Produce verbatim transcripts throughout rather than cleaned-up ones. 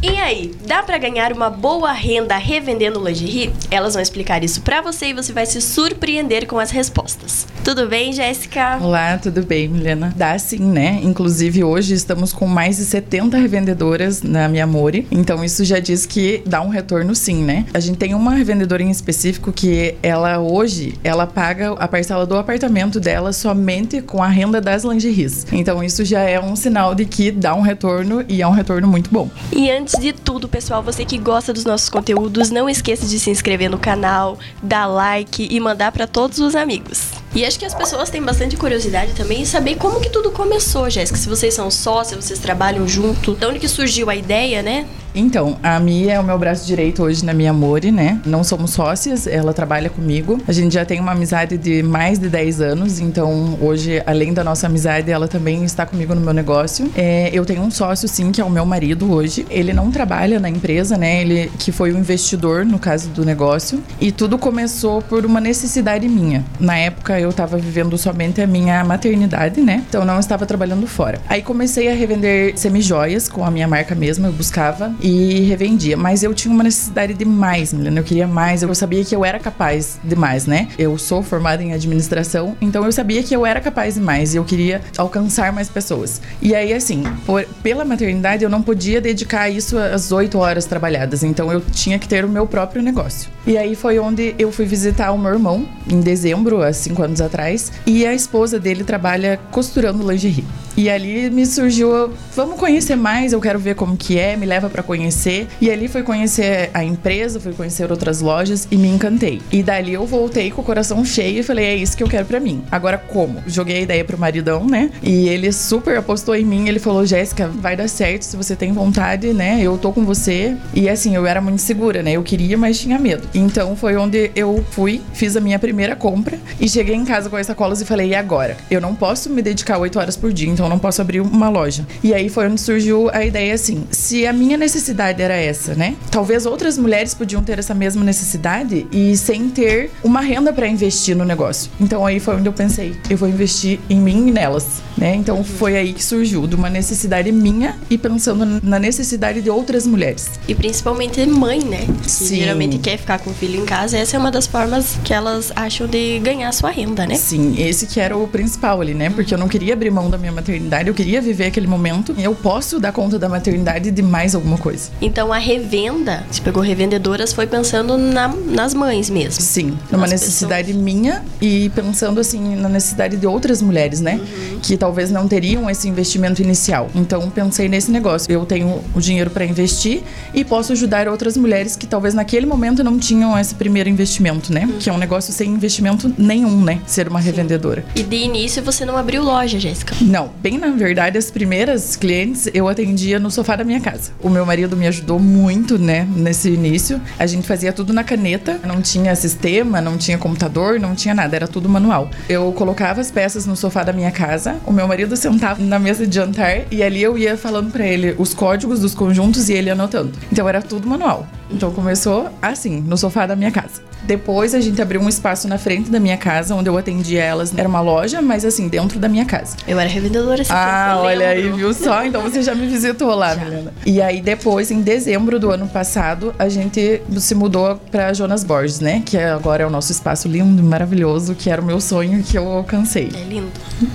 E aí, dá pra ganhar uma boa renda revendendo lingerie? Elas vão explicar isso pra você e você vai se surpreender com as respostas. Tudo bem, Jéssica? Olá, tudo bem, Milena? Dá sim, né? Inclusive, hoje estamos com mais de setenta revendedoras na Mi Amore. Então, isso já diz que dá um retorno sim, né? A gente tem uma revendedora em específico que ela hoje, ela paga a parcela do apartamento dela somente com a renda das lingeries. Então, isso já é um sinal de que dá um retorno e é um retorno muito bom. E antes de tudo, pessoal, você que gosta dos nossos conteúdos, não esqueça de se inscrever no canal, dar like e mandar para todos os amigos. E acho que as pessoas têm bastante curiosidade também em saber como que tudo começou, Jéssica. Se vocês são sócios, vocês trabalham junto, de onde que surgiu a ideia, né? Então, a Mi é o meu braço direito hoje na Mi Amore, né? Não somos sócias, ela trabalha comigo. A gente já tem uma amizade de mais de dez anos, então hoje, além da nossa amizade, ela também está comigo no meu negócio. É, eu tenho um sócio, sim, que é o meu marido hoje. Ele não trabalha na empresa, né? Ele que foi o investidor, no caso do negócio. E tudo começou por uma necessidade minha. Na época, eu estava vivendo somente a minha maternidade, né? Então, não estava trabalhando fora. Aí, comecei a revender semijoias com a minha marca mesmo, eu buscava e revendia, mas eu tinha uma necessidade de mais, Milena, eu queria mais, eu sabia que eu era capaz de mais, né? Eu sou formada em administração, então eu sabia que eu era capaz de mais e eu queria alcançar mais pessoas. E aí, assim, por, pela maternidade eu não podia dedicar isso às oito horas trabalhadas, então eu tinha que ter o meu próprio negócio. E aí foi onde eu fui visitar o meu irmão, em dezembro, há cinco anos atrás, e a esposa dele trabalha costurando lingerie. E ali me surgiu, vamos conhecer mais, eu quero ver como que é, me leva pra conhecer. E ali fui conhecer a empresa, fui conhecer outras lojas e me encantei. E dali eu voltei com o coração cheio e falei, é isso que eu quero pra mim. Agora como? Joguei a ideia pro maridão, né? E ele super apostou em mim, ele falou, Jéssica, vai dar certo se você tem vontade, né? Eu tô com você. E assim, eu era muito segura, né? Eu queria, mas tinha medo. Então foi onde eu fui, fiz a minha primeira compra e cheguei em casa com as sacolas e falei, e agora? Eu não posso me dedicar oito horas por dia, então eu não posso abrir uma loja. E aí foi onde surgiu a ideia assim, se a minha necessidade era essa, né? Talvez outras mulheres podiam ter essa mesma necessidade e sem ter uma renda para investir no negócio. Então aí foi onde eu pensei, eu vou investir em mim e nelas, né? Então foi aí que surgiu, de uma necessidade minha e pensando na necessidade de outras mulheres. E principalmente mãe, né? Que Sim. geralmente quer ficar com o filho em casa, essa é uma das formas que elas acham de ganhar sua renda, né? Sim, esse que era o principal ali, né? Porque eu não queria abrir mão da minha maternidade, eu queria viver aquele momento e eu posso dar conta da maternidade de mais alguma coisa. Então a revenda, você pegou revendedoras, foi pensando na, nas mães mesmo. Sim, numa Nas necessidade pessoas. minha e pensando assim na necessidade de outras mulheres, né? Uhum. Que talvez não teriam esse investimento inicial. Então pensei nesse negócio. Eu tenho o dinheiro para investir e posso ajudar outras mulheres que talvez naquele momento não tinham esse primeiro investimento, né? Uhum. Que é um negócio sem investimento nenhum, né? Ser uma Sim. revendedora. E de início você não abriu loja, Jéssica? Não, bem na verdade as primeiras clientes eu atendia no sofá da minha casa. O meu marido me ajudou muito, né, nesse início. A gente fazia tudo na caneta, não tinha sistema, não tinha computador, não tinha nada, era tudo manual. Eu colocava as peças no sofá da minha casa, o meu marido sentava na mesa de jantar e ali eu ia falando pra ele os códigos dos conjuntos e ele anotando. Então era tudo manual. Então começou assim, no sofá da minha casa. Depois a gente abriu um espaço na frente da minha casa, onde eu atendia elas. Era uma loja, mas assim, dentro da minha casa. Eu era revendedora esse Ah, tempo, olha lembro. aí, viu só? Então você já me visitou lá, Já. Milena. E aí depois, em dezembro do ano passado, a gente se mudou pra Jonas Borges, né? Que agora é o nosso espaço lindo, maravilhoso, que era o meu sonho que eu alcancei. É lindo.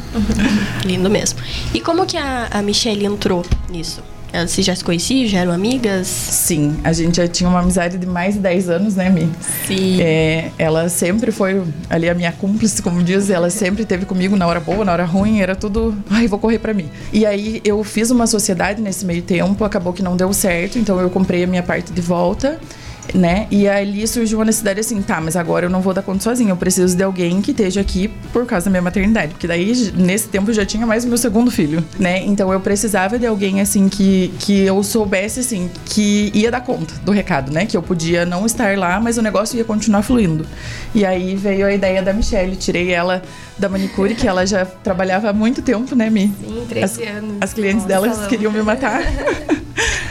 Lindo mesmo. E como que a, a Michelle entrou nisso? Vocês já se conheciam? Já eram amigas? Sim, a gente já tinha uma amizade de mais de dez anos, né, Mi? Sim. É, ela sempre foi ali a minha cúmplice, como diz, ela sempre esteve comigo na hora boa, na hora ruim, era tudo, ai, vou correr pra mim. E aí eu fiz uma sociedade nesse meio tempo, acabou que não deu certo, então eu comprei a minha parte de volta, né? E ali surgiu uma necessidade assim, tá, mas agora eu não vou dar conta sozinha, eu preciso de alguém que esteja aqui por causa da minha maternidade, porque daí nesse tempo eu já tinha mais o meu segundo filho, né? Então eu precisava de alguém assim que, que eu soubesse assim, que ia dar conta do recado, né? Que eu podia não estar lá, mas o negócio ia continuar fluindo. E aí veio a ideia da Michelle, tirei ela da manicure, que ela já trabalhava há muito tempo, né, Mi? Sim, treze anos. As clientes Nossa, delas salão. queriam me matar.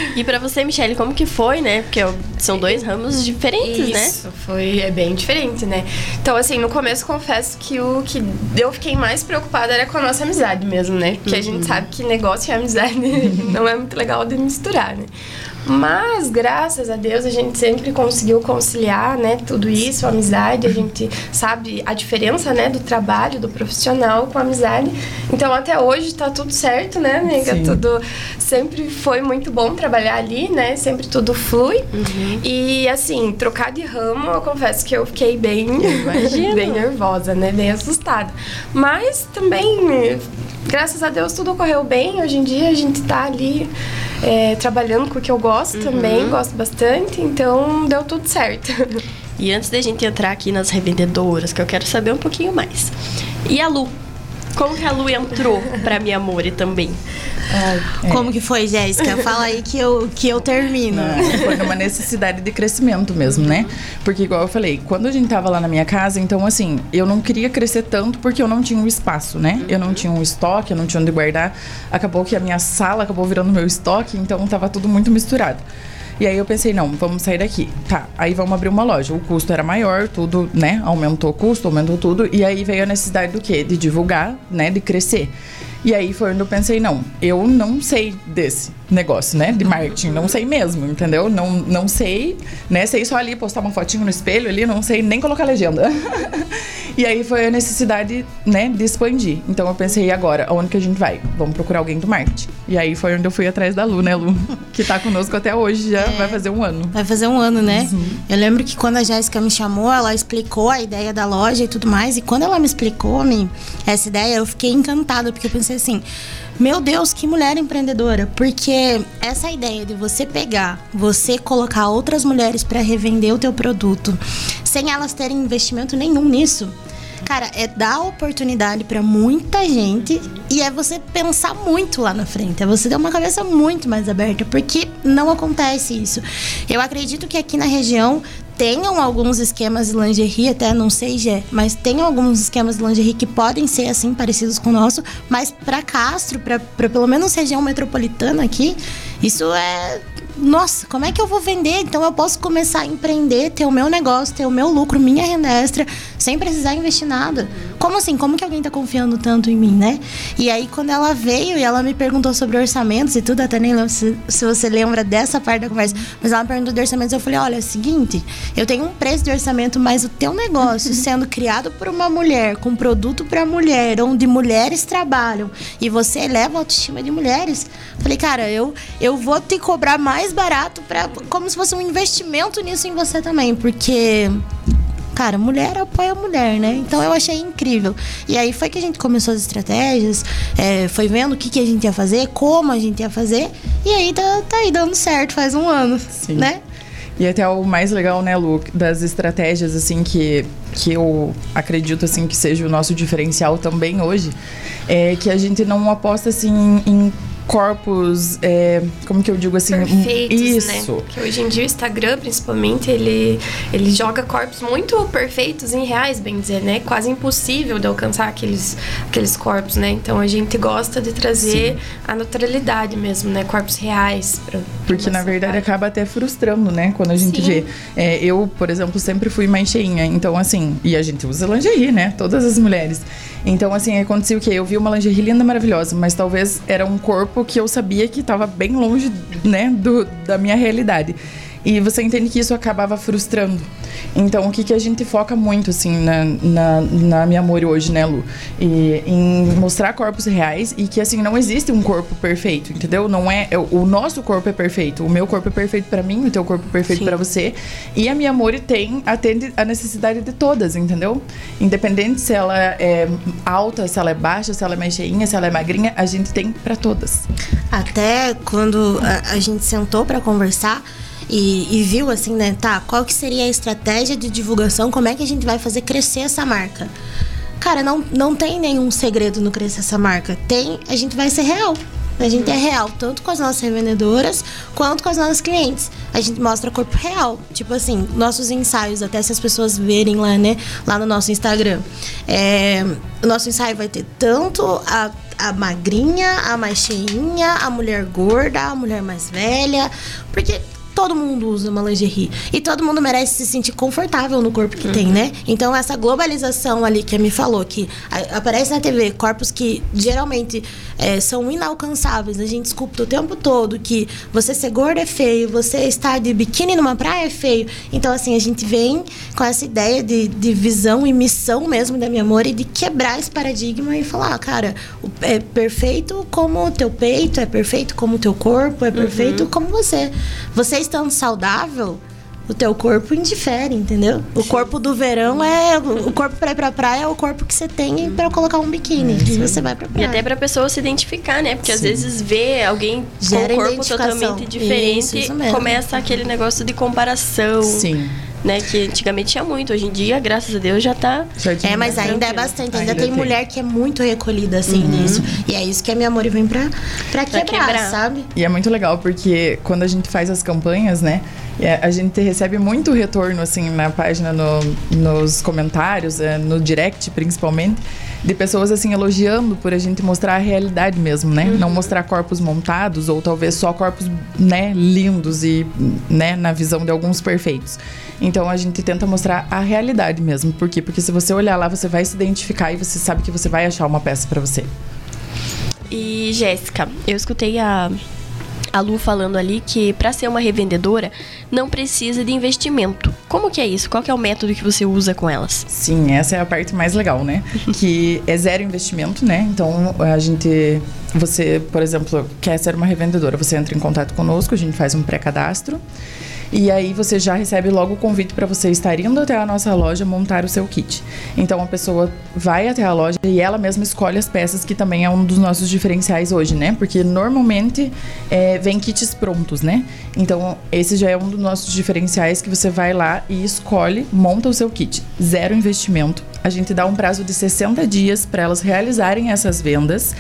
E pra você, Michele, como que foi, né? Porque são dois ramos diferentes, Isso, né? Isso, foi é bem diferente, né? Então, assim, no começo, confesso que o que eu fiquei mais preocupada era com a nossa amizade mesmo, né? Porque uhum. a gente sabe que negócio e amizade não é muito legal de misturar, né? Mas, graças a Deus, a gente sempre conseguiu conciliar, né, tudo isso, a amizade, a gente sabe a diferença, né, do trabalho, do profissional com a amizade. Então, até hoje tá tudo certo, né, amiga? Sim. Tudo sempre foi muito bom trabalhar ali, né? Sempre tudo flui. Uhum. E, assim, trocar de ramo, eu confesso que eu fiquei bem, bem nervosa, né? Bem assustada. Mas também, graças a Deus, tudo ocorreu bem. Hoje em dia, a gente tá ali é, trabalhando com o que eu gosto uhum. também, gosto bastante. Então, deu tudo certo. E antes da gente entrar aqui nas revendedoras, que eu quero saber um pouquinho mais. E a Lu? Como que a Lu entrou pra Mi Amore também? É. Como que foi, Jéssica? Fala aí que eu, que eu termino. É, foi numa necessidade de crescimento mesmo, né? Porque, igual eu falei, quando a gente tava lá na minha casa, então, assim, eu não queria crescer tanto porque eu não tinha um espaço, né? Uhum. Eu não tinha um estoque, eu não tinha onde guardar. Acabou que a minha sala acabou virando meu estoque, então tava tudo muito misturado. E aí eu pensei, não, vamos sair daqui. Tá, aí vamos abrir uma loja. O custo era maior, tudo, né? Aumentou o custo, aumentou tudo. E aí veio a necessidade do quê? De divulgar, né? De crescer. E aí foi onde eu pensei, não, eu não sei desse negócio, né? De marketing, não sei mesmo, entendeu? Não, não sei, né? Sei só ali postar uma fotinho no espelho ali, não sei nem colocar legenda. E aí foi a necessidade, né, de expandir. Então eu pensei, e agora? Aonde que a gente vai? Vamos procurar alguém do marketing. E aí foi onde eu fui atrás da Lu, né, Lu? Que tá conosco até hoje, já é, vai fazer um ano. Vai fazer um ano, né? Uhum. Eu lembro que quando a Jéssica me chamou, ela explicou a ideia da loja e tudo mais. E quando ela me explicou, me, essa ideia, eu fiquei encantada, porque eu pensei assim, meu Deus, que mulher empreendedora. Porque essa ideia de você pegar, você colocar outras mulheres para revender o teu produto, sem elas terem investimento nenhum nisso, cara, é dar oportunidade para muita gente e é você pensar muito lá na frente. É você ter uma cabeça muito mais aberta, porque não acontece isso. Eu acredito que aqui na região tenham alguns esquemas de lingerie, até não sei, Gé, mas tem alguns esquemas de lingerie que podem ser assim, parecidos com o nosso, mas para Castro, para pelo menos região metropolitana aqui, isso é... Nossa, como é que eu vou vender? Então eu posso começar a empreender, ter o meu negócio, ter o meu lucro, minha renda extra, sem precisar investir nada. Como assim? Como que alguém tá confiando tanto em mim, né? E aí quando ela veio e ela me perguntou sobre orçamentos e tudo, até nem lembro se, se você lembra dessa parte da conversa, mas ela me perguntou de orçamentos, eu falei, olha, é o seguinte, eu tenho um preço de orçamento, mas o teu negócio sendo criado por uma mulher, com produto pra mulher, onde mulheres trabalham, e você eleva a autoestima de mulheres, eu falei, cara, eu, eu vou te cobrar mais barato, pra, como se fosse um investimento nisso em você também, porque, cara, mulher apoia a mulher, né? Então eu achei incrível. E aí foi que a gente começou as estratégias, é, foi vendo o que, que a gente ia fazer, como a gente ia fazer, e aí tá, tá aí dando certo, faz um ano, Sim. né? E até o mais legal, né, Lu, das estratégias, assim, que, que eu acredito, assim, que seja o nosso diferencial também hoje, é que a gente não aposta, assim, em corpos, é, como que eu digo assim? Perfeitos, isso. Né? Que hoje em dia o Instagram, principalmente, ele, ele joga corpos muito perfeitos em reais, bem dizer, né? Quase impossível de alcançar aqueles, aqueles corpos, né? Então a gente gosta de trazer Sim. a naturalidade mesmo, né? Corpos reais. Pra, Porque na verdade acaba até frustrando, né? Quando a gente Sim. vê. É, eu, por exemplo, sempre fui mais cheinha, então assim, e a gente usa lingerie, né? Todas as mulheres. Então assim, aconteceu o quê? Eu vi uma lingerie linda, maravilhosa, mas talvez era um corpo que eu sabia que estava bem longe, né, do, da minha realidade. E você entende que isso acabava frustrando. Então, o que, que a gente foca muito, assim, na, na, na Mi Amore hoje, né, Lu? E, em mostrar corpos reais e que, assim, não existe um corpo perfeito, entendeu? Não é... O nosso corpo é perfeito. O meu corpo é perfeito pra mim, o teu corpo é perfeito Sim. pra você. E a Mi Amore tem, atende a necessidade de todas, entendeu? Independente se ela é alta, se ela é baixa, se ela é mais cheinha, se ela é magrinha, a gente tem pra todas. Até quando a, a gente sentou pra conversar, E, e viu assim, né, tá, qual que seria a estratégia de divulgação, como é que a gente vai fazer crescer essa marca? Cara, não, não tem nenhum segredo no crescer essa marca. Tem, a gente vai ser real. A gente é real, tanto com as nossas revendedoras, quanto com as nossas clientes. A gente mostra corpo real. Tipo assim, nossos ensaios, até se as pessoas verem lá, né, lá no nosso Instagram. É, o nosso ensaio vai ter tanto a a magrinha, a mais cheinha, a mulher gorda, a mulher mais velha. Porque todo mundo usa uma lingerie. E todo mundo merece se sentir confortável no corpo que uhum. tem, né? Então, essa globalização ali que a me falou, que a, aparece na T V, corpos que geralmente é, são inalcançáveis, a gente escuta o tempo todo que você ser gordo é feio, você estar de biquíni numa praia é feio. Então, assim, a gente vem com essa ideia de, de visão e missão mesmo da minha amor e de quebrar esse paradigma e falar, ah, cara, é perfeito como o teu peito, é perfeito como o teu corpo, é perfeito uhum. como você. Você estando saudável, o teu corpo indifere, entendeu? O Sim. corpo do verão é... O corpo pra ir pra praia é o corpo que você tem pra colocar um biquíni. É, e você vai pra praia. E até pra pessoa se identificar, né? Porque Sim. às vezes vê alguém Gera com o corpo totalmente diferente, isso, isso começa aquele negócio de comparação. Sim. Né, que antigamente tinha muito, hoje em dia, graças a Deus, já tá... É, mas ainda é bastante, ainda, ainda tem, tem mulher que é muito recolhida, assim, uhum. nisso. E é isso que a minha amor vem pra, pra, pra quebrar, quebrar, sabe? E é muito legal, porque quando a gente faz as campanhas, né, a gente recebe muito retorno, assim, na página, no, nos comentários, no direct, principalmente, de pessoas, assim, elogiando por a gente mostrar a realidade mesmo, né? Uhum. Não mostrar corpos montados, ou talvez só corpos, né, lindos e, né, na visão de alguns perfeitos. Então, a gente tenta mostrar a realidade mesmo. Por quê? Porque se você olhar lá, você vai se identificar e você sabe que você vai achar uma peça pra você. E, Jéssica, eu escutei a... a Lu falando ali que para ser uma revendedora não precisa de investimento. Como que é isso? Qual que é o método que você usa com elas? Sim, essa é a parte mais legal, né? Que é zero investimento, né? Então, a gente... Você, por exemplo, quer ser uma revendedora, você entra em contato conosco, a gente faz um pré-cadastro. E aí você já recebe logo o convite para você estar indo até a nossa loja montar o seu kit. Então a pessoa vai até a loja e ela mesma escolhe as peças, que também é um dos nossos diferenciais hoje, né? Porque normalmente é, vem kits prontos, né? Então esse já é um dos nossos diferenciais, que você vai lá e escolhe, monta o seu kit. Zero investimento. A gente dá um prazo de sessenta dias para elas realizarem essas vendas.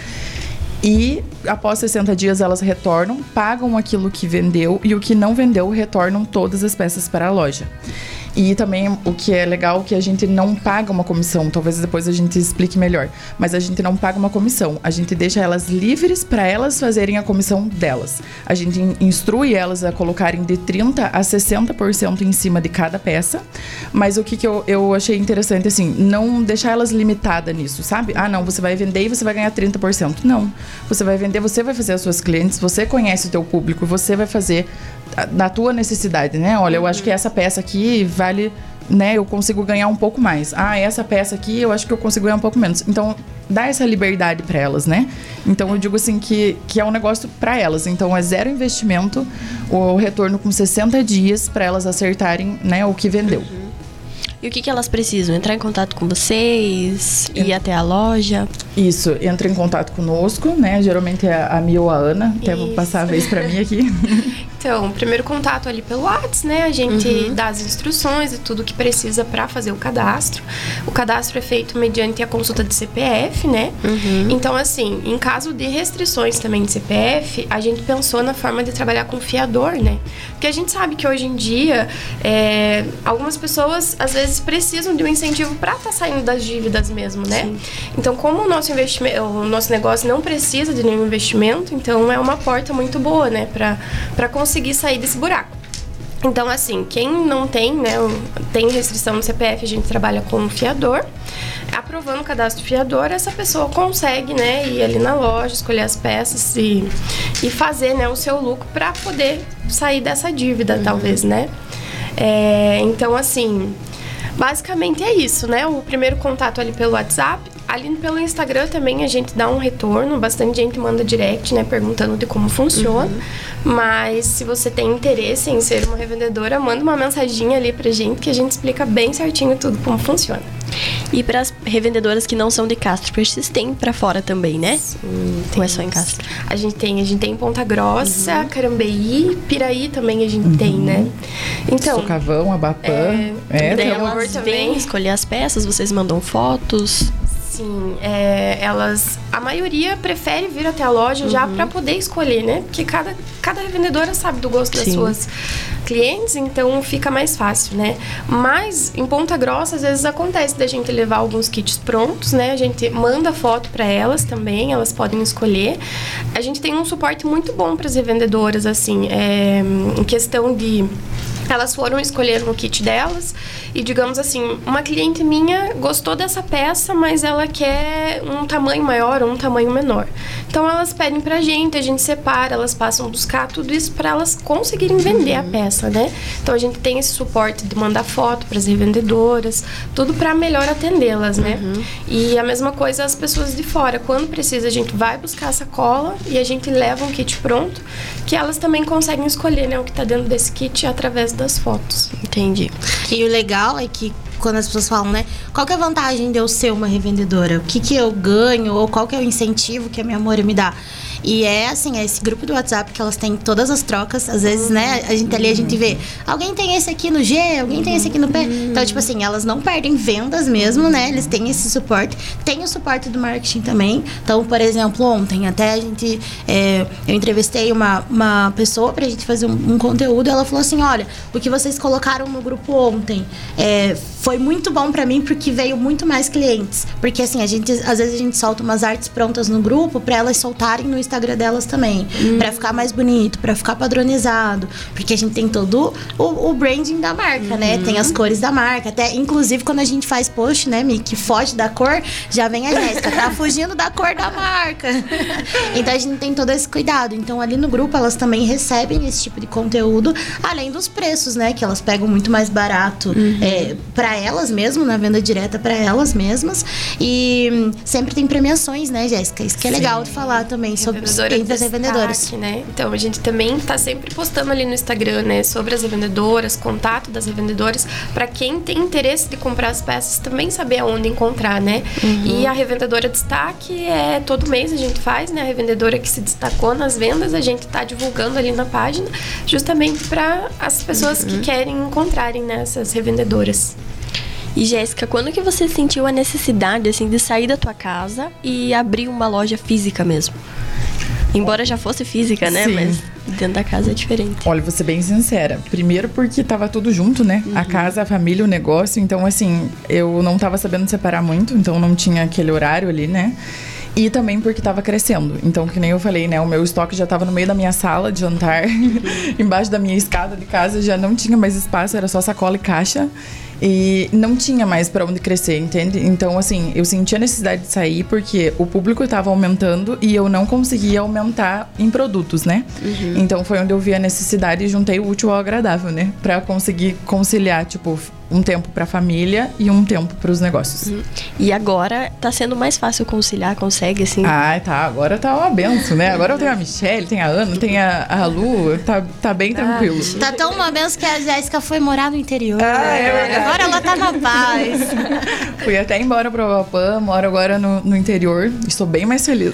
E após sessenta dias elas retornam, pagam aquilo que vendeu, e o que não vendeu retornam todas as peças para a loja. E também o que é legal é que a gente não paga uma comissão, talvez depois a gente explique melhor, mas a gente não paga uma comissão, a gente deixa elas livres para elas fazerem a comissão delas. A gente instrui elas a colocarem de trinta a sessenta por cento em cima de cada peça, mas o que, que eu, eu achei interessante, assim, não deixar elas limitadas nisso, sabe? Ah, não, você vai vender e você vai ganhar trinta por cento. Não, você vai vender, você vai fazer as suas clientes, você conhece o teu público, você vai fazer na tua necessidade, né? Olha, eu acho que essa peça aqui vale, né? Eu consigo ganhar um pouco mais. Ah, essa peça aqui eu acho que eu consigo ganhar um pouco menos. Então, dá essa liberdade para elas, né? Então, eu digo assim que, que é um negócio para elas. Então, é zero investimento, o retorno com sessenta dias para elas acertarem, né, o que vendeu. Uhum. E o que, que elas precisam? Entrar em contato com vocês? Ir até a loja? Isso, entra em contato conosco, né? Geralmente é a Mi ou a Ana. Até vou passar a vez pra mim aqui. Então, primeiro contato ali pelo WhatsApp, né? A gente uhum. dá as instruções e tudo que precisa para fazer o cadastro. O cadastro é feito mediante a consulta de C P F, né? Uhum. Então, assim, em caso de restrições também de C P F, a gente pensou na forma de trabalhar com fiador, né? Porque a gente sabe que hoje em dia, é, algumas pessoas, às vezes, precisam de um incentivo para estar tá saindo das dívidas mesmo, né? Sim. Então, como o nosso investimento, o nosso negócio não precisa de nenhum investimento, então é uma porta muito boa, né? Para para conseguir sair desse buraco. Então, assim, quem não tem, né, tem restrição no C P F, a gente trabalha com um fiador. Aprovando o cadastro fiador, essa pessoa consegue, né, ir ali na loja, escolher as peças e, e fazer, né, o seu lucro para poder sair dessa dívida, uhum. talvez, né? É, então, assim, basicamente é isso, né? O primeiro contato ali pelo WhatsApp. Ali pelo Instagram também a gente dá um retorno, bastante gente manda direct, né, perguntando de como funciona. Uhum. Mas se você tem interesse em ser uma revendedora, manda uma mensaginha ali pra gente que a gente explica bem certinho tudo como funciona. E para as revendedoras que não são de Castro, porque vocês têm para fora também, né? Sim, não é só em Castro. A gente tem, a gente tem em Ponta Grossa, uhum. Carambeí, Piraí também a gente uhum. tem, né? Então, Socavão, Abapã. É, é daí elas vêm escolher as peças, vocês mandam fotos. assim, é, elas, a maioria prefere vir até a loja uhum. já para poder escolher, né? Porque cada, cada revendedora sabe do gosto Sim. das suas clientes, então fica mais fácil, né? Mas em Ponta Grossa, às vezes acontece da gente levar alguns kits prontos, né? A gente manda foto para elas também, elas podem escolher. A gente tem um suporte muito bom para as revendedoras, assim, é, em questão de... Elas foram escolher no kit delas e, digamos assim, uma cliente minha gostou dessa peça, mas ela quer um tamanho maior ou um tamanho menor. Então, elas pedem pra gente, a gente separa, elas passam a buscar tudo isso para elas conseguirem vender uhum. a peça, né? Então, a gente tem esse suporte de mandar foto para as revendedoras, tudo para melhor atendê-las, né? Uhum. E a mesma coisa as pessoas de fora. Quando precisa, a gente vai buscar a sacola e a gente leva um kit pronto, que elas também conseguem escolher, né, o que tá dentro desse kit através das fotos. Entendi. E o legal é que quando as pessoas falam, né, qual que é a vantagem de eu ser uma revendedora? O que que eu ganho? Ou qual que é o incentivo que a minha Amore me dá? E é assim, é esse grupo do WhatsApp que elas têm todas as trocas. Às vezes, uhum. né, a gente ali, a gente vê, alguém tem esse aqui no G, alguém uhum. tem esse aqui no P. Uhum. Então, tipo assim, elas não perdem vendas mesmo, né? Eles têm esse suporte. Tem o suporte do marketing também. Então, por exemplo, ontem até a gente, é, eu entrevistei uma, uma pessoa pra gente fazer um, um conteúdo e ela falou assim, olha, o que vocês colocaram no grupo ontem é, foi muito bom pra mim porque veio muito mais clientes. Porque assim, a gente, às vezes a gente solta umas artes prontas no grupo pra elas soltarem no Instagram delas também, hum. pra ficar mais bonito, pra ficar padronizado, porque a gente tem todo o, o branding da marca, uhum. né? Tem as cores da marca, até inclusive quando a gente faz post, né, Mi, que foge da cor, já vem a Jéssica, tá fugindo da cor da marca. Então a gente tem todo esse cuidado. Então ali no grupo elas também recebem esse tipo de conteúdo, além dos preços, né, que elas pegam muito mais barato uhum. é, pra elas mesmo, na venda direta pra elas mesmas. E hum, sempre tem premiações, né, Jéssica? Isso que é Sim. legal de falar também sobre entre as revendedoras, né? Então a gente também tá sempre postando ali no Instagram, né, sobre as revendedoras, contato das revendedoras, para quem tem interesse de comprar as peças também saber aonde encontrar, né? Uhum. E a revendedora destaque é todo mês a gente faz, né? A revendedora que se destacou nas vendas, a gente tá divulgando ali na página, justamente para as pessoas uhum. que querem encontrarem nessas revendedoras. E Jéssica, quando que você sentiu a necessidade, assim, de sair da tua casa e abrir uma loja física mesmo? Embora já fosse física, né? Sim. Mas dentro da casa é diferente. Olha, vou ser bem sincera. Primeiro porque tava tudo junto, né? Uhum. A casa, a família, o negócio. Então, assim, eu não tava sabendo separar muito. Então, não tinha aquele horário ali, né? E também porque tava crescendo. Então, que nem eu falei, né? O meu estoque já tava no meio da minha sala de jantar. Uhum. Embaixo da minha escada de casa já não tinha mais espaço. Era só sacola e caixa. E não tinha mais pra onde crescer, entende? Então, assim, eu sentia a necessidade de sair porque o público estava aumentando e eu não conseguia aumentar em produtos, né? Uhum. Então, foi onde eu vi a necessidade e juntei o útil ao agradável, né? Pra conseguir conciliar, tipo, um tempo pra família e um tempo pros negócios. Uhum. E agora tá sendo mais fácil conciliar, consegue, assim? Ah, tá. Agora tá uma benção, né? Agora eu tenho a Michelle, tem a Ana, tem a, a Lu, tá, tá bem tranquilo. Tá tão uma benção que a Jéssica foi morar no interior. Ah, é verdade. Agora ela tá na paz. Fui até embora pra Uruapan, moro agora no, no interior. Estou bem mais feliz.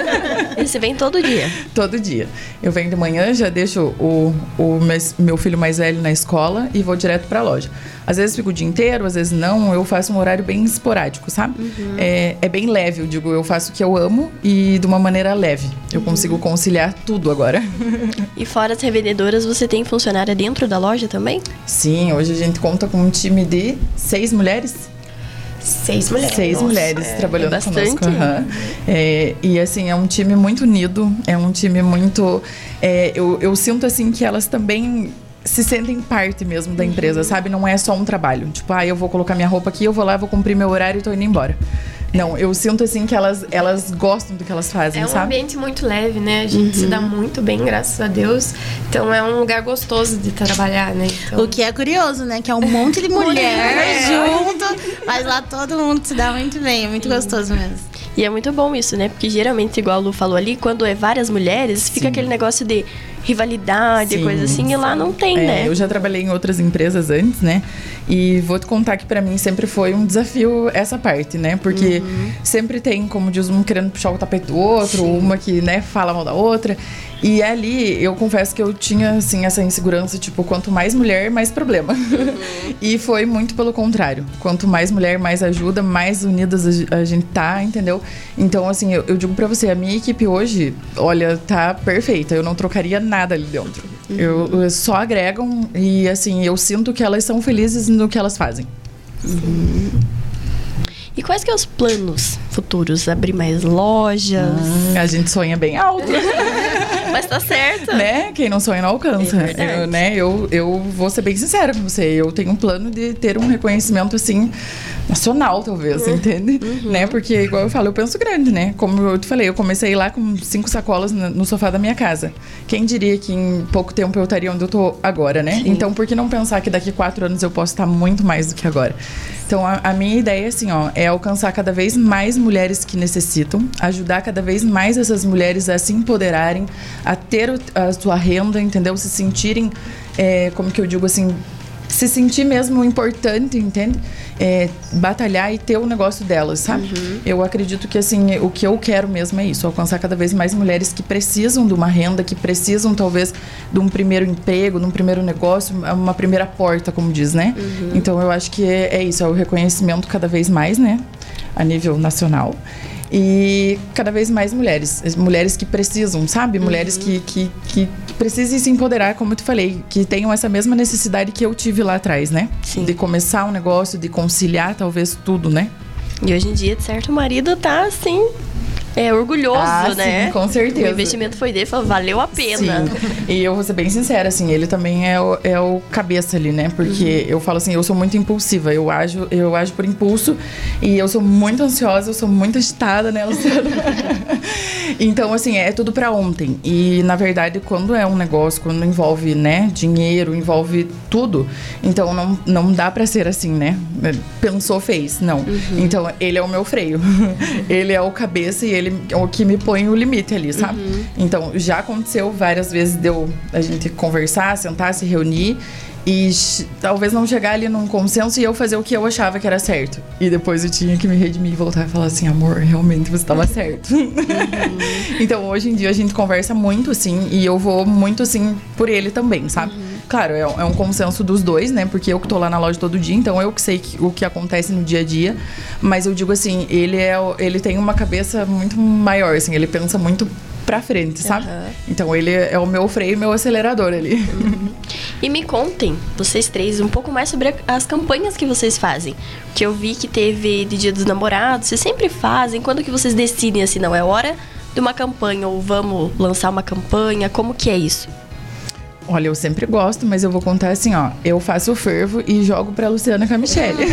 E você vem todo dia? Todo dia. Eu venho de manhã, já deixo o, o meu filho mais velho na escola e vou direto pra loja. Às vezes fico o dia inteiro, às vezes não. Eu faço um horário bem esporádico, sabe? Uhum. É, é bem leve, eu digo. Eu faço o que eu amo e de uma maneira leve. Eu uhum. consigo conciliar tudo agora. E fora as revendedoras, você tem funcionária dentro da loja também? Sim, hoje a gente conta com um time de seis mulheres. Seis mulheres. Seis Nossa, mulheres é, trabalhando é bastante. conosco. Uhum. É, e assim, é um time muito unido. É um time muito... É, eu, eu sinto assim que elas também... se sentem parte mesmo da empresa, uhum. sabe? Não é só um trabalho. Tipo, ah, eu vou colocar minha roupa aqui, eu vou lá, vou cumprir meu horário e tô indo embora. Não, eu sinto assim que elas, elas gostam do que elas fazem, sabe? É um sabe? ambiente muito leve, né? A gente uhum. se dá muito bem, graças a Deus. Então é um lugar gostoso de trabalhar, né? Então... O que é curioso, né? Que é um monte de mulher junto, mas lá todo mundo se dá muito bem. É muito uhum. gostoso mesmo. E é muito bom isso, né? Porque geralmente, igual a Lu falou ali, quando é várias mulheres, Sim. fica aquele negócio de rivalidade, Sim, coisa assim, e lá não tem, é, né? Eu já trabalhei em outras empresas antes, né? E vou te contar que pra mim sempre foi um desafio essa parte, né? Porque uhum. sempre tem, como diz, um querendo puxar o tapete do outro, Sim. uma que, né, fala mal da outra. E ali, eu confesso que eu tinha, assim, essa insegurança, tipo, quanto mais mulher, mais problema. Uhum. E foi muito pelo contrário. Quanto mais mulher, mais ajuda, mais unidas a gente tá, entendeu? Então, assim, eu, eu digo pra você, a minha equipe hoje, olha, tá perfeita. Eu não trocaria nada ali dentro. Uhum. Eu, eu só agregam e, assim, eu sinto que elas são felizes no que elas fazem. Uhum. E quais que são os planos futuros? Abrir mais lojas? Hum, a gente sonha bem alto. Mas tá certo. Né? Quem não sonha não alcança. É eu, né? eu, eu vou ser bem sincera com você. Eu tenho um plano de ter um reconhecimento, assim, nacional, talvez, uhum. entende? Uhum. Né? Porque, igual eu falo, eu penso grande, né? Como eu te falei, eu comecei lá com cinco sacolas no sofá da minha casa. Quem diria que em pouco tempo eu estaria onde eu tô agora, né? Sim. Então, por que não pensar que daqui a quatro anos eu posso estar muito mais do que agora? Então, a, a minha ideia, assim, ó, é alcançar cada vez mais mulheres que necessitam, ajudar cada vez mais essas mulheres a se empoderarem, a ter a sua renda, entendeu? Se sentirem, é, como que eu digo assim, se sentir mesmo importante, entende? É, batalhar e ter o negócio delas, sabe? Uhum. Eu acredito que, assim, o que eu quero mesmo é isso, alcançar cada vez mais mulheres que precisam de uma renda, que precisam, talvez, de um primeiro emprego, de um primeiro negócio, uma primeira porta, como diz, né? Uhum. Então, eu acho que é, é isso, é o reconhecimento cada vez mais, né? A nível nacional. E cada vez mais mulheres, mulheres que precisam, sabe? Uhum. Mulheres que, que, que precisem se empoderar, como eu te falei, que tenham essa mesma necessidade que eu tive lá atrás, né? Sim. De começar um negócio, de conciliar talvez tudo, né? E hoje em dia, de certo, o marido tá assim... É orgulhoso, ah, né? Sim, com certeza. O investimento foi dele, falou, valeu a pena. Sim. E eu vou ser bem sincera, assim, ele também é o, é o cabeça ali, né? Porque uhum. eu falo assim, eu sou muito impulsiva, eu ajo, eu ajo por impulso e eu sou muito ansiosa, eu sou muito agitada, né, Luciana? Então, assim, é tudo pra ontem. E, na verdade, quando é um negócio, quando envolve, né, dinheiro, envolve tudo, então não, não dá pra ser assim, né? Pensou, fez. Não. Uhum. Então, ele é o meu freio. Ele é o cabeça e ele ele é o que me põe o limite ali, sabe? Uhum. Então, já aconteceu várias vezes de eu, a gente conversar, sentar, se reunir e talvez não chegar ali num consenso e eu fazer o que eu achava que era certo. E depois eu tinha que me redimir e voltar e falar assim, amor, realmente você estava certo. Uhum. Então, hoje em dia a gente conversa muito, assim, e eu vou muito, assim, por ele também, sabe? Uhum. Claro, é, é um consenso dos dois, né? Porque eu que tô lá na loja todo dia, então eu que sei que, o que acontece no dia a dia. Mas eu digo assim, ele, é, ele tem uma cabeça muito maior, assim, ele pensa muito pra frente, sabe? Uhum. Então ele é o meu freio e meu acelerador ali. Uhum. E me contem, vocês três, um pouco mais sobre as campanhas que vocês fazem. Que eu vi que teve de Dia dos Namorados, vocês sempre fazem. Quando que vocês decidem assim, não, é hora de uma campanha ou vamos lançar uma campanha? Como que é isso? Olha, eu sempre gosto, mas eu vou contar assim, ó. Eu faço o fervo e jogo pra Luciana com a Michelle.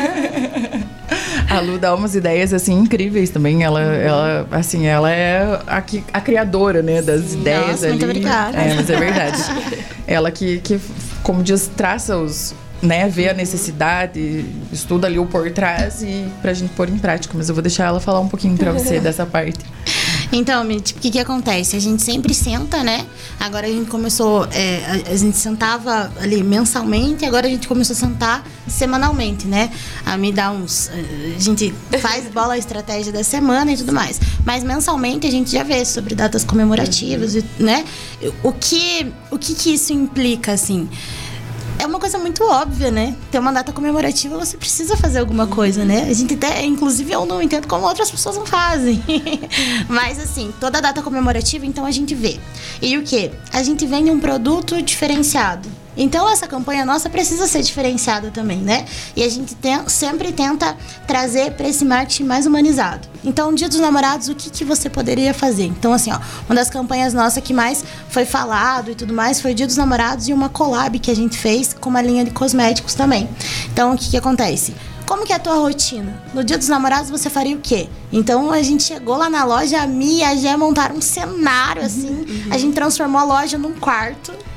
A Lu dá umas ideias, assim, incríveis também. Ela, uhum. ela assim, ela é a, a criadora, né, das Sim. ideias Nossa, ali. Muito obrigada. É, mas é verdade. Ela que, que, como diz, traça os... né, vê a necessidade, estuda ali o por trás e pra gente pôr em prática. Mas eu vou deixar ela falar um pouquinho pra você dessa parte. Então, tipo, o que que acontece? A gente sempre senta, né? Agora a gente começou, é, a, a gente sentava ali mensalmente, agora a gente começou a sentar semanalmente, né? A me dá uns... A gente faz bola a estratégia da semana e tudo mais. Mas mensalmente a gente já vê sobre datas comemorativas, né? O que, o que que isso implica, assim? É uma coisa muito óbvia, né? Ter uma data comemorativa, você precisa fazer alguma coisa, né? A gente até, inclusive, eu não entendo como outras pessoas não fazem. Mas, assim, toda data comemorativa, então, a gente vê. E o quê? A gente vende um produto diferenciado. Então, essa campanha nossa precisa ser diferenciada também, né? E a gente tem, sempre tenta trazer para esse marketing mais humanizado. Então, Dia dos Namorados, o que, que você poderia fazer? Então, assim, ó, uma das campanhas nossas que mais foi falado e tudo mais foi Dia dos Namorados e uma collab que a gente fez com uma linha de cosméticos também. Então, o que, que acontece? Como que é a tua rotina? No Dia dos Namorados você faria o quê? Então a gente chegou lá na loja, a Mia e a Gé montaram um cenário assim, uhum. A gente transformou a loja num quarto.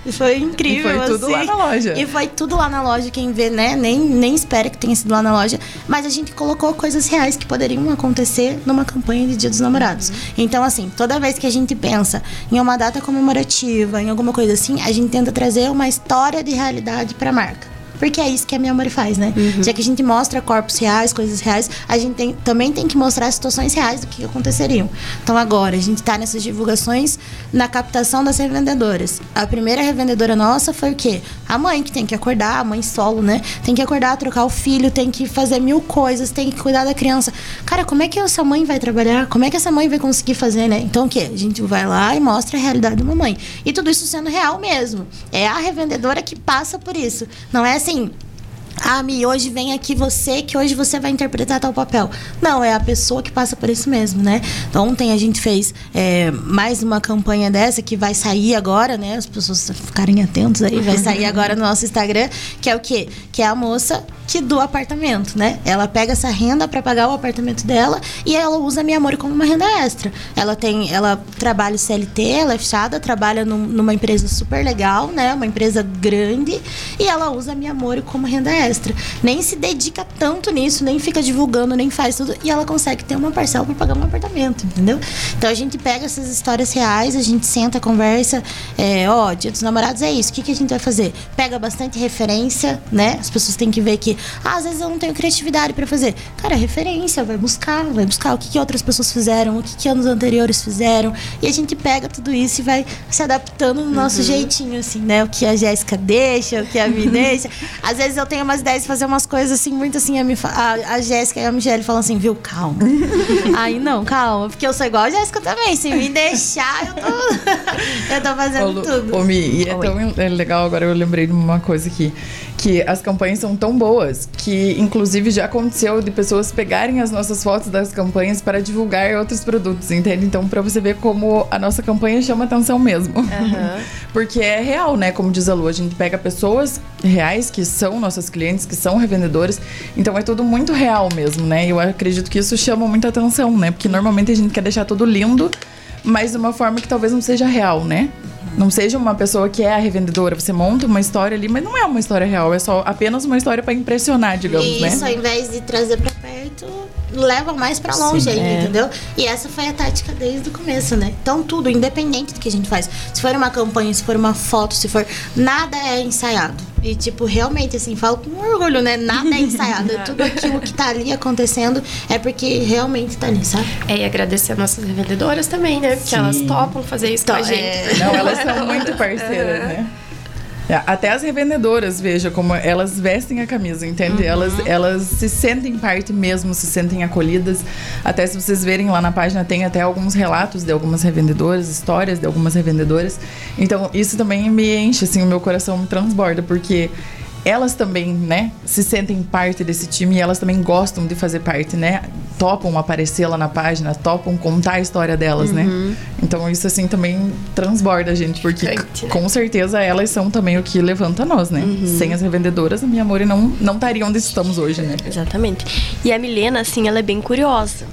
E foi incrível, E foi tudo assim. lá na loja. E foi tudo lá na loja, quem vê, né? Nem, nem espera que tenha sido lá na loja. Mas a gente colocou coisas reais que poderiam acontecer numa campanha de Dia dos Namorados. Uhum. Então, assim, toda vez que a gente pensa em uma data comemorativa, em alguma coisa assim, a gente tenta trazer uma história de realidade pra marca. Porque é isso que a Minha Amore faz, né? Uhum. Já que a gente mostra corpos reais, coisas reais, a gente tem, também tem que mostrar situações reais do que aconteceriam. Então agora, a gente tá nessas divulgações na captação das revendedoras. A primeira revendedora nossa foi o quê? A mãe que tem que acordar, a mãe solo, né? Tem que acordar, trocar o filho, tem que fazer mil coisas, tem que cuidar da criança. Cara, como é que essa mãe vai trabalhar? Como é que essa mãe vai conseguir fazer, né? Então o quê? A gente vai lá e mostra a realidade de uma mãe. E tudo isso sendo real mesmo. É a revendedora que passa por isso. Não é assim... Ah, Mi, hoje vem aqui você, que hoje você vai interpretar tal papel. Não, é a pessoa que passa por isso mesmo, né? Então, ontem a gente fez é, mais uma campanha dessa que vai sair agora, né? As pessoas ficarem atentos aí, vai sair agora no nosso Instagram, que é o quê? Que é a moça que do apartamento, né? Ela pega essa renda para pagar o apartamento dela e ela usa a Minha Amore como uma renda extra. Ela tem, ela trabalha C L T, ela é fechada, trabalha num, numa empresa super legal, né? Uma empresa grande, e ela usa a Minha Amore como renda extra. Nem se dedica tanto nisso, nem fica divulgando, nem faz tudo, e ela consegue ter uma parcela para pagar um apartamento, entendeu? Então a gente pega essas histórias reais, a gente senta, conversa, é, ó, Dia dos Namorados é isso, o que, que a gente vai fazer? Pega bastante referência, né? As pessoas têm que ver que ah, às vezes eu não tenho criatividade pra fazer. Cara, referência, vai buscar, vai buscar o que, que outras pessoas fizeram, o que, que anos anteriores fizeram. E a gente pega tudo isso e vai se adaptando no nosso uhum. jeitinho, assim, né? O que a Jéssica deixa, o que a Mi deixa. Às vezes eu tenho umas ideias de fazer umas coisas assim, muito assim, a, Mi, a, a Jéssica e a Michelle falam assim, viu, calma. Aí não, calma, porque eu sou igual a Jéssica também. Se me deixar, eu tô, eu tô fazendo ô, tudo. Ô, Mi, e é Oi. tão legal, agora eu lembrei de uma coisa aqui, que as campanhas são tão boas que, inclusive, já aconteceu de pessoas pegarem as nossas fotos das campanhas para divulgar outros produtos, entende? Então, para você ver como a nossa campanha chama atenção mesmo. Uhum. Porque é real, né? Como diz a Lu, a gente pega pessoas reais que são nossas clientes, que são revendedoras, então é tudo muito real mesmo, né? Eu acredito que isso chama muita atenção, né? Porque normalmente a gente quer deixar tudo lindo, mas de uma forma que talvez não seja real, né? Não seja uma pessoa que é a revendedora. Você monta uma história ali, mas não é uma história real. É só apenas uma história para impressionar, digamos, Isso, né? Isso, ao invés de trazer pra perto, leva mais pra longe ainda, é. entendeu? E essa foi a tática desde o começo, né? Então tudo, independente do que a gente faz. Se for uma campanha, se for uma foto, se for... Nada é ensaiado. E, tipo, realmente, assim, falo com orgulho, né? Nada é ensaiado. Tudo aquilo que tá ali acontecendo é porque realmente tá ali, sabe? É, e agradecer as nossas revendedoras também, né? Porque Sim. elas topam fazer isso então, com a gente. É... Não, elas são muito parceiras, uhum. né? Até as revendedoras, veja como elas vestem a camisa, entende? Uhum. Elas, elas se sentem parte mesmo, se sentem acolhidas. Até se vocês verem lá na página, tem até alguns relatos de algumas revendedoras, histórias de algumas revendedoras. Então, isso também me enche, assim, o meu coração me transborda, porque elas também, né, se sentem parte desse time e elas também gostam de fazer parte, né? Topam aparecer lá na página, topam contar a história delas, uhum. né? Então isso, assim, também transborda a gente, porque Gente, né? com certeza elas são também o que levanta nós, né? Uhum. Sem as revendedoras, a Minha Amore não, não estaria onde estamos hoje, né? Exatamente. E a Milena, assim, ela é bem curiosa.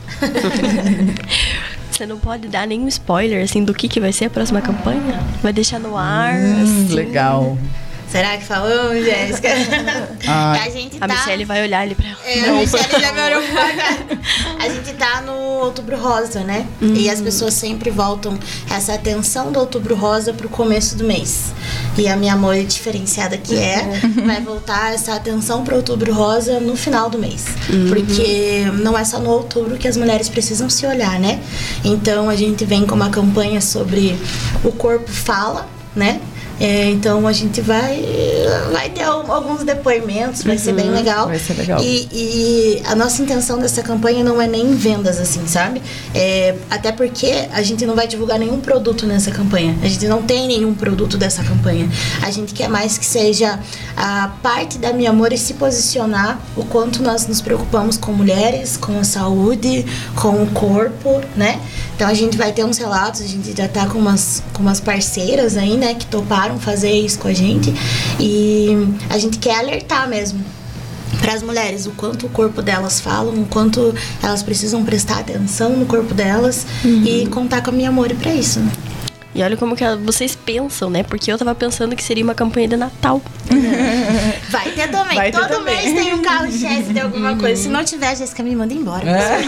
Você não pode dar nenhum spoiler, assim, do que, que vai ser a próxima campanha? Vai deixar no ar, hum, assim. Legal. Será que falamos, Jéssica? Ah. A gente A tá... Michelle vai olhar ali pra ela. É, a Michelle já me olhou pra cá. A gente tá no Outubro Rosa, né? Uhum. E as pessoas sempre voltam essa atenção do Outubro Rosa pro começo do mês. E a Minha Amore, diferenciada que é, vai voltar essa atenção pro Outubro Rosa no final do mês. Uhum. Porque não é só no outubro que as mulheres precisam se olhar, né? Então a gente vem com uma campanha sobre o corpo fala, né? É, então a gente vai, vai ter alguns depoimentos, vai uhum, ser bem legal. Vai ser legal. E, e a nossa intenção dessa campanha não é nem vendas, assim, sabe? É, até porque a gente não vai divulgar nenhum produto nessa campanha. A gente não tem nenhum produto dessa campanha. A gente quer mais que seja a parte da Minha Amore se posicionar o quanto nós nos preocupamos com mulheres, com a saúde, com o corpo, né? Então a gente vai ter uns relatos, a gente já tá com umas, com umas parceiras aí, né, que toparam fazer isso com a gente, e a gente quer alertar mesmo para as mulheres o quanto o corpo delas falam, o quanto elas precisam prestar atenção no corpo delas, uhum. e contar com a Minha Amore para isso, né? E olha como que vocês pensam, né? Porque eu tava pensando que seria uma campanha de Natal. Vai ter também. Vai ter Todo também. mês tem um carro-chefe de alguma coisa. Se não tiver, a Jéssica me manda embora.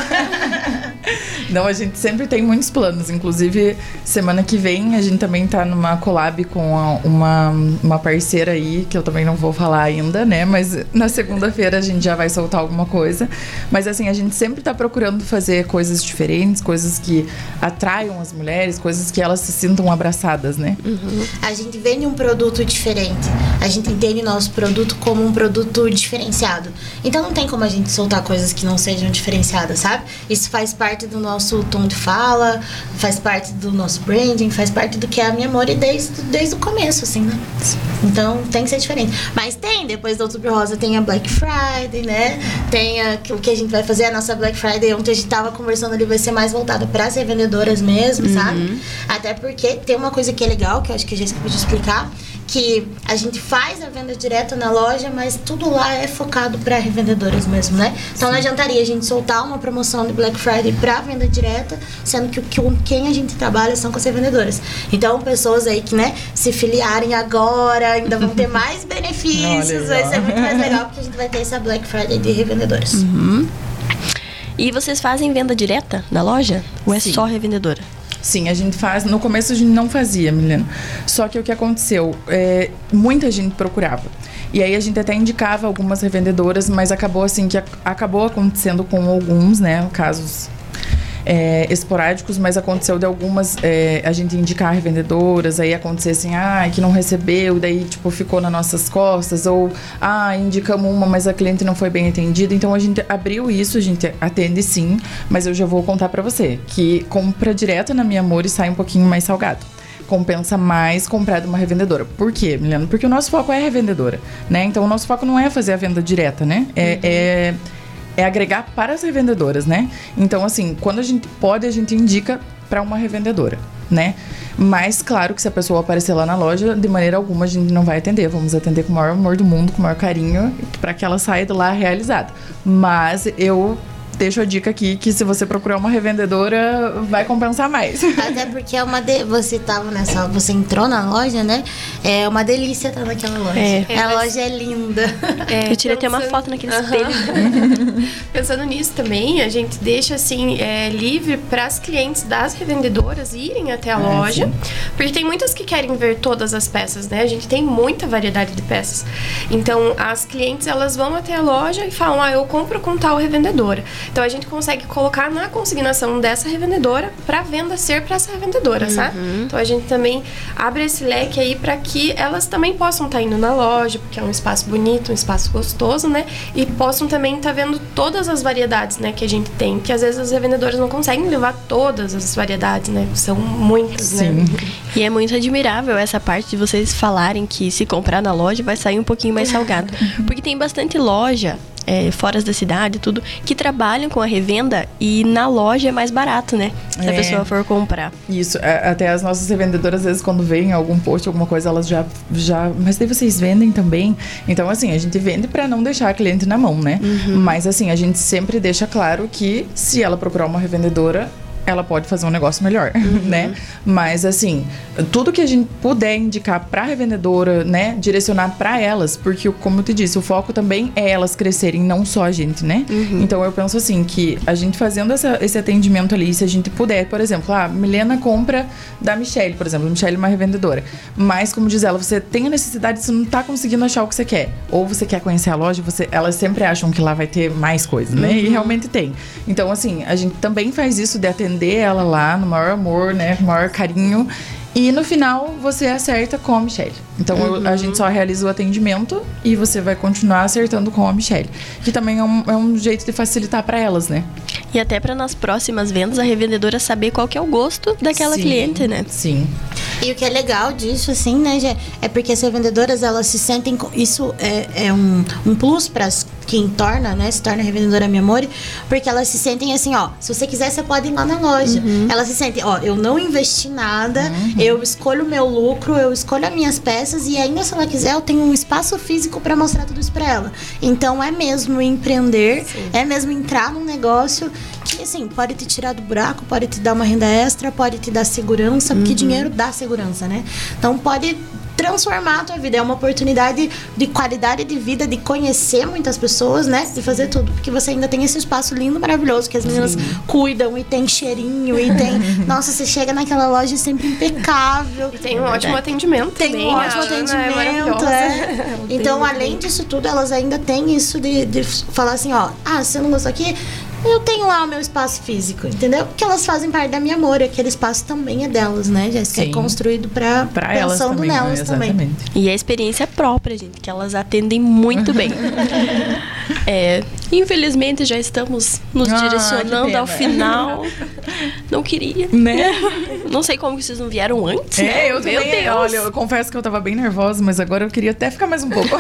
Não, a gente sempre tem muitos planos. Inclusive, semana que vem a gente também tá numa collab com a- uma, uma parceira aí, que eu também não vou falar ainda, né? Mas na segunda-feira a gente já vai soltar alguma coisa. Mas assim, a gente sempre tá procurando fazer coisas diferentes, coisas que atraiam as mulheres, coisas que elas se sintam abraçadas, né? A gente vende um produto diferente. A gente entende nosso produto como um produto diferenciado. Então não tem como a gente soltar coisas que não sejam diferenciadas, sabe? Isso faz parte do nosso tom de fala, faz parte do nosso branding, faz parte do que é a minha Amore desde, desde o começo, assim, né? Então tem que ser diferente. Mas tem, depois do Outubro Rosa tem a Black Friday, né? Tem a, o que a gente vai fazer, a nossa Black Friday, onde a gente tava conversando ali, vai ser mais voltada para as revendedoras mesmo, sabe? Até porque tem uma coisa que é legal, que eu acho que a Jéssica podia explicar, que a gente faz a venda direta na loja, mas tudo lá é focado para revendedoras mesmo, né? Então não adiantaria a gente soltar uma promoção de Black Friday para venda direta, sendo que, que quem a gente trabalha são com as revendedoras. Então pessoas aí que, né, se filiarem agora ainda vão ter mais benefícios, Olha, vai ó. ser muito mais legal porque a gente vai ter essa Black Friday de revendedoras. E vocês fazem venda direta na loja? Ou é Sim. só revendedora? Sim, a gente faz. No começo a gente não fazia, Milena. Só que o que aconteceu? É, muita gente procurava. E aí a gente até indicava algumas revendedoras, mas acabou assim que a- acabou acontecendo com alguns, né? Casos é, esporádicos, mas aconteceu de algumas é, a gente indicar revendedoras, aí acontecer assim, ah, que não recebeu, daí tipo ficou nas nossas costas, ou ah, indicamos uma, mas a cliente não foi bem atendida. Então a gente abriu isso, a gente atende sim, mas eu já vou contar pra você que compra direto na Minha Amore sai um pouquinho mais salgado. Compensa mais comprar de uma revendedora. Por quê, Milena? Porque o nosso foco é revendedora, né? Então o nosso foco não é fazer a venda direta, né? É, é é agregar para as revendedoras, né? Então, assim, quando a gente pode, a gente indica para uma revendedora, né? Mas, claro que se a pessoa aparecer lá na loja, de maneira alguma a gente não vai atender. Vamos atender com o maior amor do mundo, com o maior carinho, para que ela saia de lá realizada. Mas eu deixo a dica aqui que se você procurar uma revendedora, vai compensar mais. Até porque é uma de... você tava nessa, você entrou na loja, né? É uma delícia estar naquela loja. É. A loja é linda. É, Eu tirei até uma pensando- foto naquele Aham. espelho. Pensando nisso também, a gente deixa assim é, livre para as clientes das revendedoras irem até a Ah, loja, sim. porque tem muitas que querem ver todas as peças, né? A gente tem muita variedade de peças. Então, as clientes elas vão até a loja e falam: "Ah, eu compro com tal revendedora". Então, a gente consegue colocar na consignação dessa revendedora para venda ser para essa revendedora, sabe? Então, a gente também abre esse leque aí para que elas também possam estar indo na loja, porque é um espaço bonito, um espaço gostoso, né? E possam também estar vendo todas as variedades, né, que a gente tem, que às vezes as revendedoras não conseguem levar todas as variedades, né? São muitas, Sim. né? E é muito admirável essa parte de vocês falarem que se comprar na loja vai sair um pouquinho mais salgado. Porque tem bastante loja, é, fora da cidade, tudo, que trabalham com a revenda e na loja é mais barato, né? Se a É. pessoa for comprar. Isso, a- até as nossas revendedoras, às vezes, quando veem algum post, alguma coisa, elas já, já... Mas daí vocês vendem também? Então, assim, a gente vende pra não deixar a cliente na mão, né? Mas, assim, a gente sempre deixa claro que se ela procurar uma revendedora, ela pode fazer um negócio melhor, né? Mas, assim, tudo que a gente puder indicar pra revendedora, né? Direcionar pra elas, porque, como eu te disse, o foco também é elas crescerem, não só a gente, né? Então, eu penso assim, que a gente fazendo essa, esse atendimento ali, se a gente puder, por exemplo, ah, Milena compra da Michelle, por exemplo, a Michelle é uma revendedora, mas, como diz ela, você tem a necessidade, você não tá conseguindo achar o que você quer, ou você quer conhecer a loja, você, elas sempre acham que lá vai ter mais coisas, né? E realmente tem. Então, assim, a gente também faz isso de atender ela lá no maior amor, né? Com o maior carinho. E no final você acerta com a Michelle. Então eu- a gente só realiza o atendimento e você vai continuar acertando com a Michelle. Que também é um, é um jeito de facilitar pra elas, né? E até para nas próximas vendas a revendedora saber qual que é o gosto daquela Sim, cliente, né? Sim. E o que é legal disso, assim, né, Gê, é porque as revendedoras, elas se sentem... co- Isso é, é um, um plus para quem torna, né, se torna revendedora Minha Amore, porque elas se sentem assim, ó, se você quiser, você pode ir lá na loja. Elas se sentem, ó, eu não investi nada, eu escolho o meu lucro, eu escolho as minhas peças e ainda se ela quiser, eu tenho um espaço físico para mostrar tudo isso para ela. Então, é mesmo empreender, é mesmo entrar num negócio que, assim, pode te tirar do buraco, pode te dar uma renda extra, pode te dar segurança, porque dinheiro dá segurança, né? Então, pode transformar a tua vida. É uma oportunidade de qualidade de vida, de conhecer muitas pessoas, né? De fazer tudo. Porque você ainda tem esse espaço lindo, maravilhoso, que as meninas Sim. cuidam e tem cheirinho e tem... Nossa, você chega naquela loja sempre impecável. E tem um é ótimo atendimento Tem também. um ótimo atendimento, é. é. Então, além disso tudo, elas ainda têm isso de, de falar assim, ó, ah, você não gostou aqui? Eu tenho lá o meu espaço físico, entendeu? Porque elas fazem parte da minha amor, e aquele espaço também é delas, né, Jéssica? É construído pra, pra elas pensando também, nelas né? também. E a experiência própria, gente, que elas atendem muito bem. É, infelizmente já estamos nos ah, direcionando ao final. Não queria. Né? Não sei como que vocês não vieram antes, É, né? eu Meu também. Deus. Olha, eu confesso que eu tava bem nervosa, mas agora eu queria até ficar mais um pouco.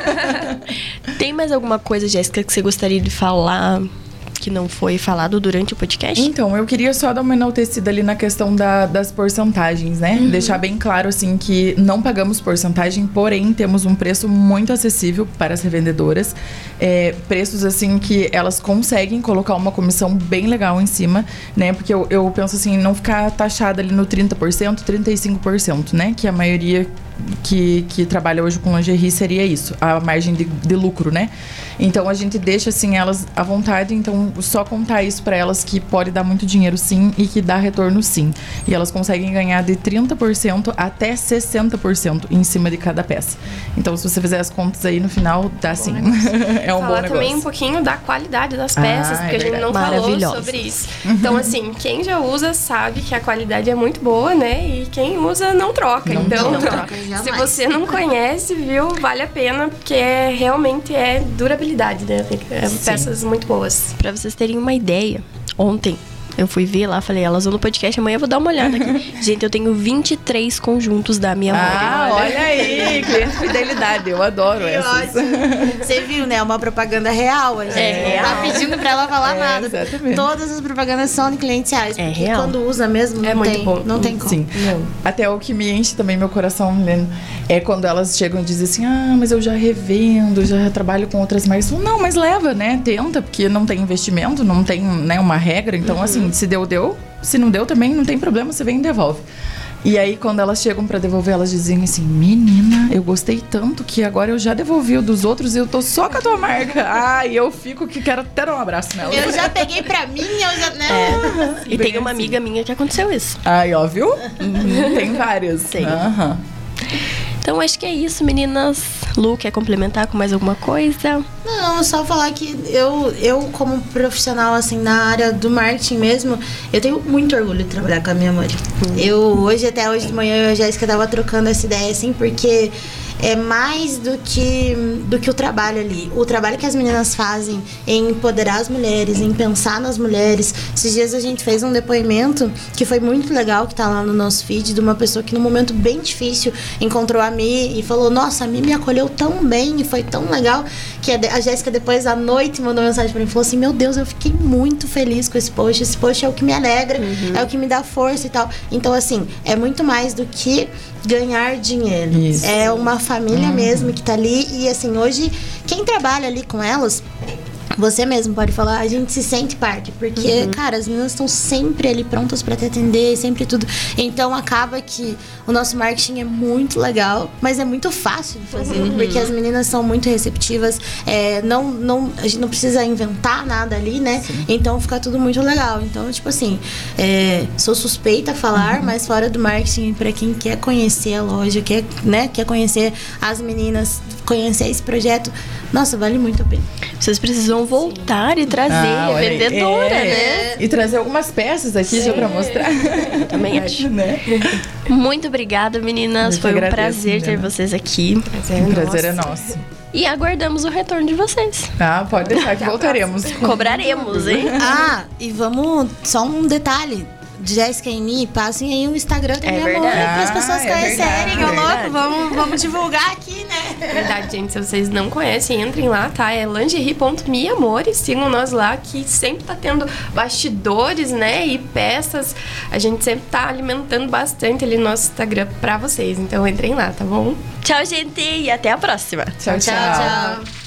Tem mais alguma coisa, Jéssica, que você gostaria de falar que não foi falado durante o podcast? Então, eu queria só dar uma enaltecida ali na questão da, das porcentagens, né? Uhum. Deixar bem claro, assim, que não pagamos porcentagem, porém, temos um preço muito acessível para as revendedoras. É, preços, assim, que elas conseguem colocar uma comissão bem legal em cima, né? Porque eu, eu penso, assim, não ficar taxada ali no trinta por cento, trinta e cinco por cento, né? Que a maioria que, que trabalha hoje com lingerie seria isso, a margem de, de lucro, né? Então, a gente deixa, assim, elas à vontade, então, só contar isso para elas que pode dar muito dinheiro, sim, e que dá retorno, sim. E elas conseguem ganhar de trinta por cento até sessenta por cento em cima de cada peça. Então, se você fizer as contas aí, no final, dá sim. É um Falar bom negócio. também um pouquinho da qualidade das peças, ah, porque é a gente não falou sobre isso. Então, assim, quem já usa sabe que a qualidade é muito boa, né? E quem usa não troca. Não então, não troca, se você não conhece, viu, vale a pena, porque é, realmente é durabilidade, né? É peças muito boas. Pra vocês terem uma ideia, ontem eu fui ver lá, falei, elas vão no podcast, amanhã eu vou dar uma olhada aqui. Gente, eu tenho vinte e três conjuntos da minha Amore. Ah, olha aí, cliente fidelidade, eu adoro Que essas. ótimo. Você viu, né? Uma propaganda real. A gente É não tá pedindo pra ela falar É, nada. exatamente. Todas as propagandas são de clientes reais. É porque real. quando usa mesmo, não É muito tem, bom. não tem como. Sim. Até o que me enche também meu coração, né, é quando elas chegam e dizem assim, ah, mas eu já revendo, já trabalho com outras marcas. Não, mas leva, né? Tenta, porque não tem investimento, não tem, né, uma regra. Então, uhum. assim, se deu, deu. Se não deu também, não tem problema, você vem e devolve. E aí, quando elas chegam pra devolver, elas dizem assim, menina, eu gostei tanto que agora eu já devolvi o dos outros e eu tô só com a tua marca. Ah, e eu fico que quero até dar um abraço nela. Eu já peguei pra mim, eu já... Né? É. E Bem tem uma assim. amiga minha que aconteceu isso. Ai, ó, viu? Uhum. Tem várias. Sim. Aham. Então, acho que é isso, meninas. Lu, quer complementar com mais alguma coisa? Não, só falar que eu, eu como profissional, assim, na área do marketing mesmo, eu tenho muito orgulho de trabalhar com a minha mãe. Hum. Eu, hoje, até hoje de manhã, eu e a Jéssica tava trocando essa ideia, assim, porque é mais do que, do que o trabalho ali. O trabalho que as meninas fazem em empoderar as mulheres, em pensar nas mulheres. Esses dias a gente fez um depoimento que foi muito legal, que tá lá no nosso feed, de uma pessoa que num momento bem difícil encontrou a Mi e falou, nossa, a Mi me acolheu tão bem e foi tão legal, que a Jéssica depois à noite mandou mensagem pra mim e falou assim, meu Deus, eu fiquei muito feliz com esse post, esse post é o que me alegra, uhum. é o que me dá força e tal. Então, assim, é muito mais do que ganhar dinheiro. Isso. É uma família uhum. mesmo que tá ali e, assim, hoje, quem trabalha ali com elas... Você mesmo pode falar, a gente se sente parte, porque, uhum. cara, as meninas estão sempre ali prontas pra te atender, sempre tudo. Então, acaba que o nosso marketing é muito legal, mas é muito fácil de fazer, uhum. porque as meninas são muito receptivas, é, não, não, a gente não precisa inventar nada ali, né? Sim. Então, fica tudo muito legal. Então, tipo assim, é, sou suspeita a falar, uhum. mas fora do marketing, pra quem quer conhecer a loja, quer, né, quer conhecer as meninas, conhecer esse projeto, nossa, vale muito a pena. Vocês precisam voltar e trazer ah, a vendedora, é, né? E trazer algumas peças aqui Sim. já pra mostrar. Também acho. Né? Muito obrigada, meninas. Eu Foi agradeço, um prazer menina. ter vocês aqui. Prazer, o prazer é nosso. E aguardamos o retorno de vocês. Ah, pode deixar que voltaremos. Cobraremos, hein? Ah, e vamos... Só um detalhe. Jéssica e Mi, passem aí o Instagram do é Minha Amore para as pessoas ah, conhecerem, é ô louco, vamos, vamos divulgar aqui, né? Verdade, gente, se vocês não conhecem, entrem lá, tá? É lingerie ponto me amore, sigam nós lá, que sempre tá tendo bastidores, né, e peças, a gente sempre tá alimentando bastante ali no nosso Instagram pra vocês, então entrem lá, tá bom? Tchau, gente, e até a próxima. Tchau, tchau. tchau, tchau.